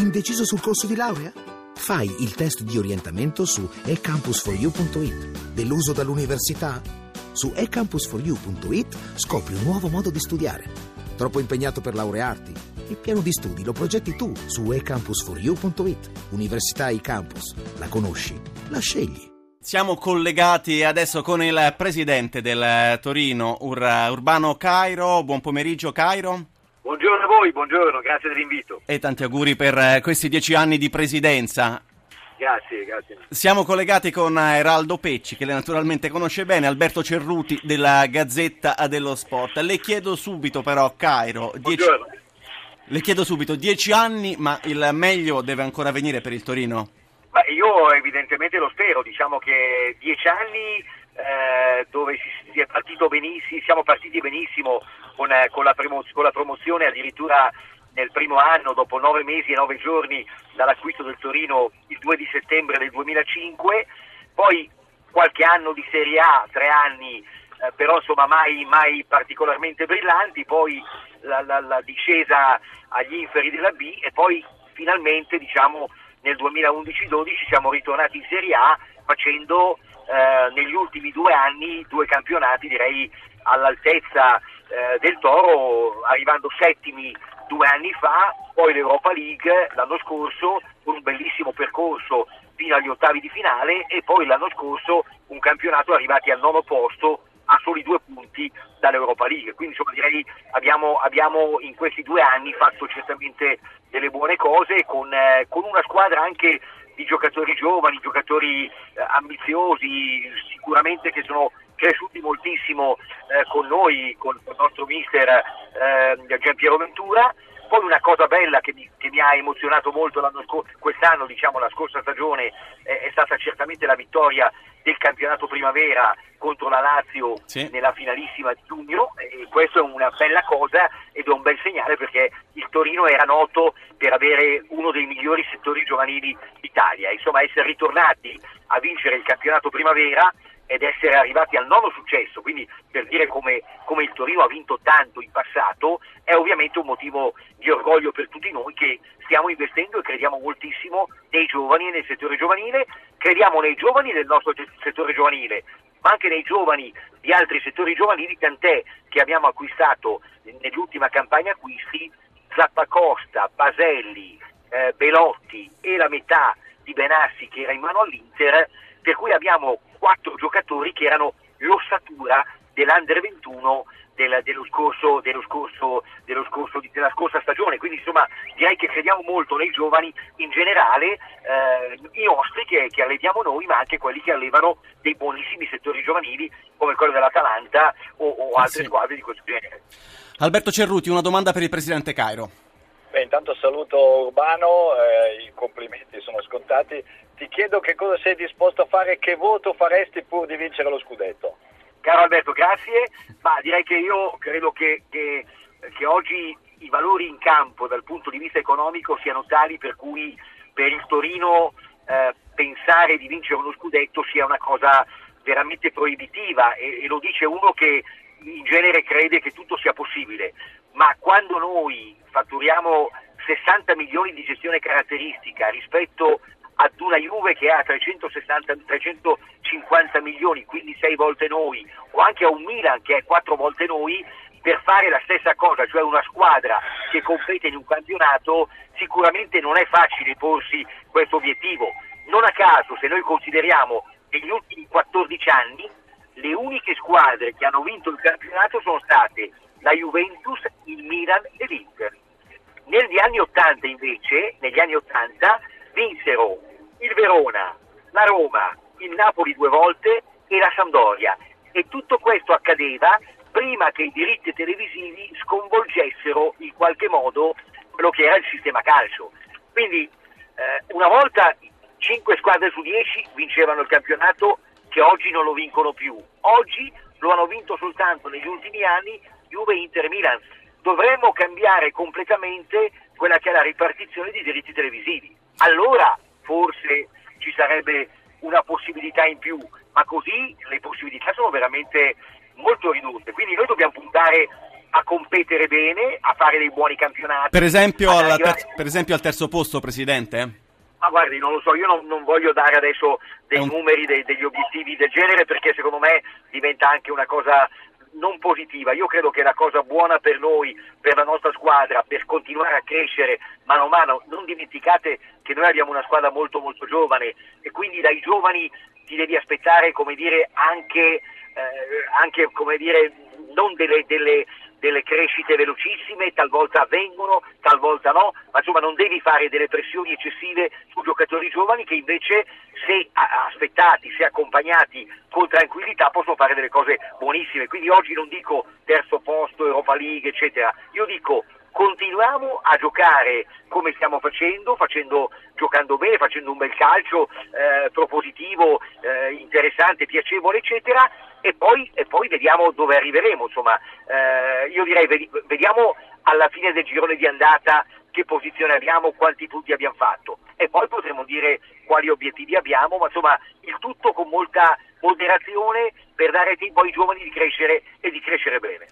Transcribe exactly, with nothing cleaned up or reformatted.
Indeciso sul corso di laurea? Fai il test di orientamento su e campus for you punto it. Deluso dall'università? Su e campus for you punto it scopri un nuovo modo di studiare. Troppo impegnato per laurearti? Il piano di studi lo progetti tu su e campus for you punto it. Università eCampus. La conosci? La scegli. Siamo collegati adesso con il presidente del Torino, Ur- Urbano Cairo. Buon pomeriggio, Cairo. Buongiorno a voi, buongiorno, grazie dell'invito. E tanti auguri per questi dieci anni di presidenza. Grazie, grazie. Siamo collegati con Eraldo Pecci, che lei naturalmente conosce bene, Alberto Cerruti della Gazzetta dello Sport. Le chiedo subito però, Cairo, dieci... le chiedo subito, dieci anni, ma il meglio deve ancora venire per il Torino? Beh, io evidentemente lo spero, diciamo che dieci anni eh, dove si, si è partito benissimo, siamo partiti benissimo con, eh, con, la primo, con la promozione addirittura nel primo anno, dopo nove mesi e nove giorni dall'acquisto del Torino il due di settembre del duemilacinque, poi qualche anno di Serie A, tre anni, eh, però insomma mai, mai particolarmente brillanti, poi la, la, la discesa agli inferi della B e poi finalmente diciamo nel duemilaundici dodici siamo ritornati in Serie A facendo eh, negli ultimi due anni due campionati direi all'altezza eh, del Toro, arrivando settimi due anni fa, poi l'Europa League l'anno scorso con un bellissimo percorso fino agli ottavi di finale e poi l'anno scorso un campionato arrivati al nono posto a soli due punti dall'Europa League, quindi insomma direi abbiamo, abbiamo in questi due anni fatto certamente delle buone cose con, eh, con una squadra anche di giocatori giovani, giocatori eh, ambiziosi, sicuramente che sono cresciuti moltissimo eh, con noi, con il nostro mister eh, Giampiero Ventura. Poi una cosa bella che mi, che mi ha emozionato molto l'anno scorso, quest'anno diciamo la scorsa stagione eh, è stata certamente la vittoria del campionato primavera contro la Lazio sì. nella finalissima di giugno, e questo è una bella cosa ed è un bel segnale perché il Torino era noto per avere uno dei migliori settori giovanili d'Italia, insomma essere ritornati a vincere il campionato primavera ed essere arrivati al nono successo, quindi per dire come, come il Torino ha vinto tanto in passato, è ovviamente un motivo di orgoglio per tutti noi che stiamo investendo e crediamo moltissimo nei giovani e nel settore giovanile, crediamo nei giovani del nostro settore giovanile, ma anche nei giovani di altri settori giovanili, tant'è che abbiamo acquistato nell'ultima campagna acquisti Zappacosta, Baselli, eh, Belotti e la metà di Benassi che era in mano all'Inter, per cui abbiamo quattro giocatori che erano l'ossatura dell'Under ventuno del, dello scorso, dello scorso, dello scorso, della scorsa stagione, quindi insomma direi che crediamo molto nei giovani in generale, eh, i nostri che, che allediamo noi, ma anche quelli che allevano dei buonissimi settori giovanili come quello dell'Atalanta o, o altre sì. squadre di questo genere. Alberto Cerruti, una domanda per il presidente Cairo. Beh, intanto saluto Urbano, eh, i complimenti sono scontati. Ti chiedo che cosa sei disposto a fare, che voto faresti pur di vincere lo scudetto? Caro Alberto, grazie, ma direi che io credo che, che, che oggi i valori in campo dal punto di vista economico siano tali per cui per il Torino eh, pensare di vincere uno scudetto sia una cosa veramente proibitiva e, e lo dice uno che in genere crede che tutto sia possibile, ma quando noi fatturiamo sessanta milioni di gestione caratteristica rispetto ad una Juve che ha trecentosessanta, trecentocinquanta milioni, quindi sei volte noi, o anche a un Milan che è quattro volte noi, per fare la stessa cosa, cioè una squadra che compete in un campionato, sicuramente non è facile porsi questo obiettivo. Non a caso, se noi consideriamo negli ultimi quattordici anni, le uniche squadre che hanno vinto il campionato sono state la Juventus, il Milan e l'Inter. Negli anni ottanta invece, negli anni ottanta vinsero il Verona, la Roma, il Napoli due volte e la Sampdoria, e tutto questo accadeva prima che i diritti televisivi sconvolgessero in qualche modo quello che era il sistema calcio. Quindi eh, una volta cinque squadre su dieci vincevano il campionato, che oggi non lo vincono più. Oggi lo hanno vinto soltanto negli ultimi anni Juve, Inter e Milan. Dovremmo cambiare completamente quella che è la ripartizione dei diritti televisivi. Allora forse ci sarebbe una possibilità in più, ma così le possibilità sono veramente molto ridotte. Quindi noi dobbiamo puntare a competere bene, a fare dei buoni campionati. Per esempio, ad alla arrivare- ter- per esempio al terzo posto, Presidente? Ma guardi, non lo so, io non, non voglio dare adesso dei È un- numeri, dei- degli obiettivi del genere, perché secondo me diventa anche una cosa non positiva. Io credo che la cosa buona per noi, per la nostra squadra, per continuare a crescere mano a mano, non dimenticate che noi abbiamo una squadra molto molto giovane e quindi dai giovani ti devi aspettare, come dire, anche, eh, anche come dire, non delle, delle delle crescite velocissime, talvolta avvengono, talvolta no, ma insomma non devi fare delle pressioni eccessive su giocatori giovani che invece, se a- aspettati, se accompagnati con tranquillità, possono fare delle cose buonissime. Quindi oggi non dico terzo posto, Europa League, eccetera, io dico continuiamo a giocare come stiamo facendo, facendo giocando bene, facendo un bel calcio eh, propositivo, eh, interessante, piacevole, eccetera, e poi, e poi vediamo dove arriveremo. Insomma, eh, io direi vedi- vediamo alla fine del girone di andata che posizione abbiamo, quanti punti abbiamo fatto, e poi potremo dire quali obiettivi abbiamo, ma insomma il tutto con molta moderazione per dare tempo ai giovani di crescere e di crescere bene.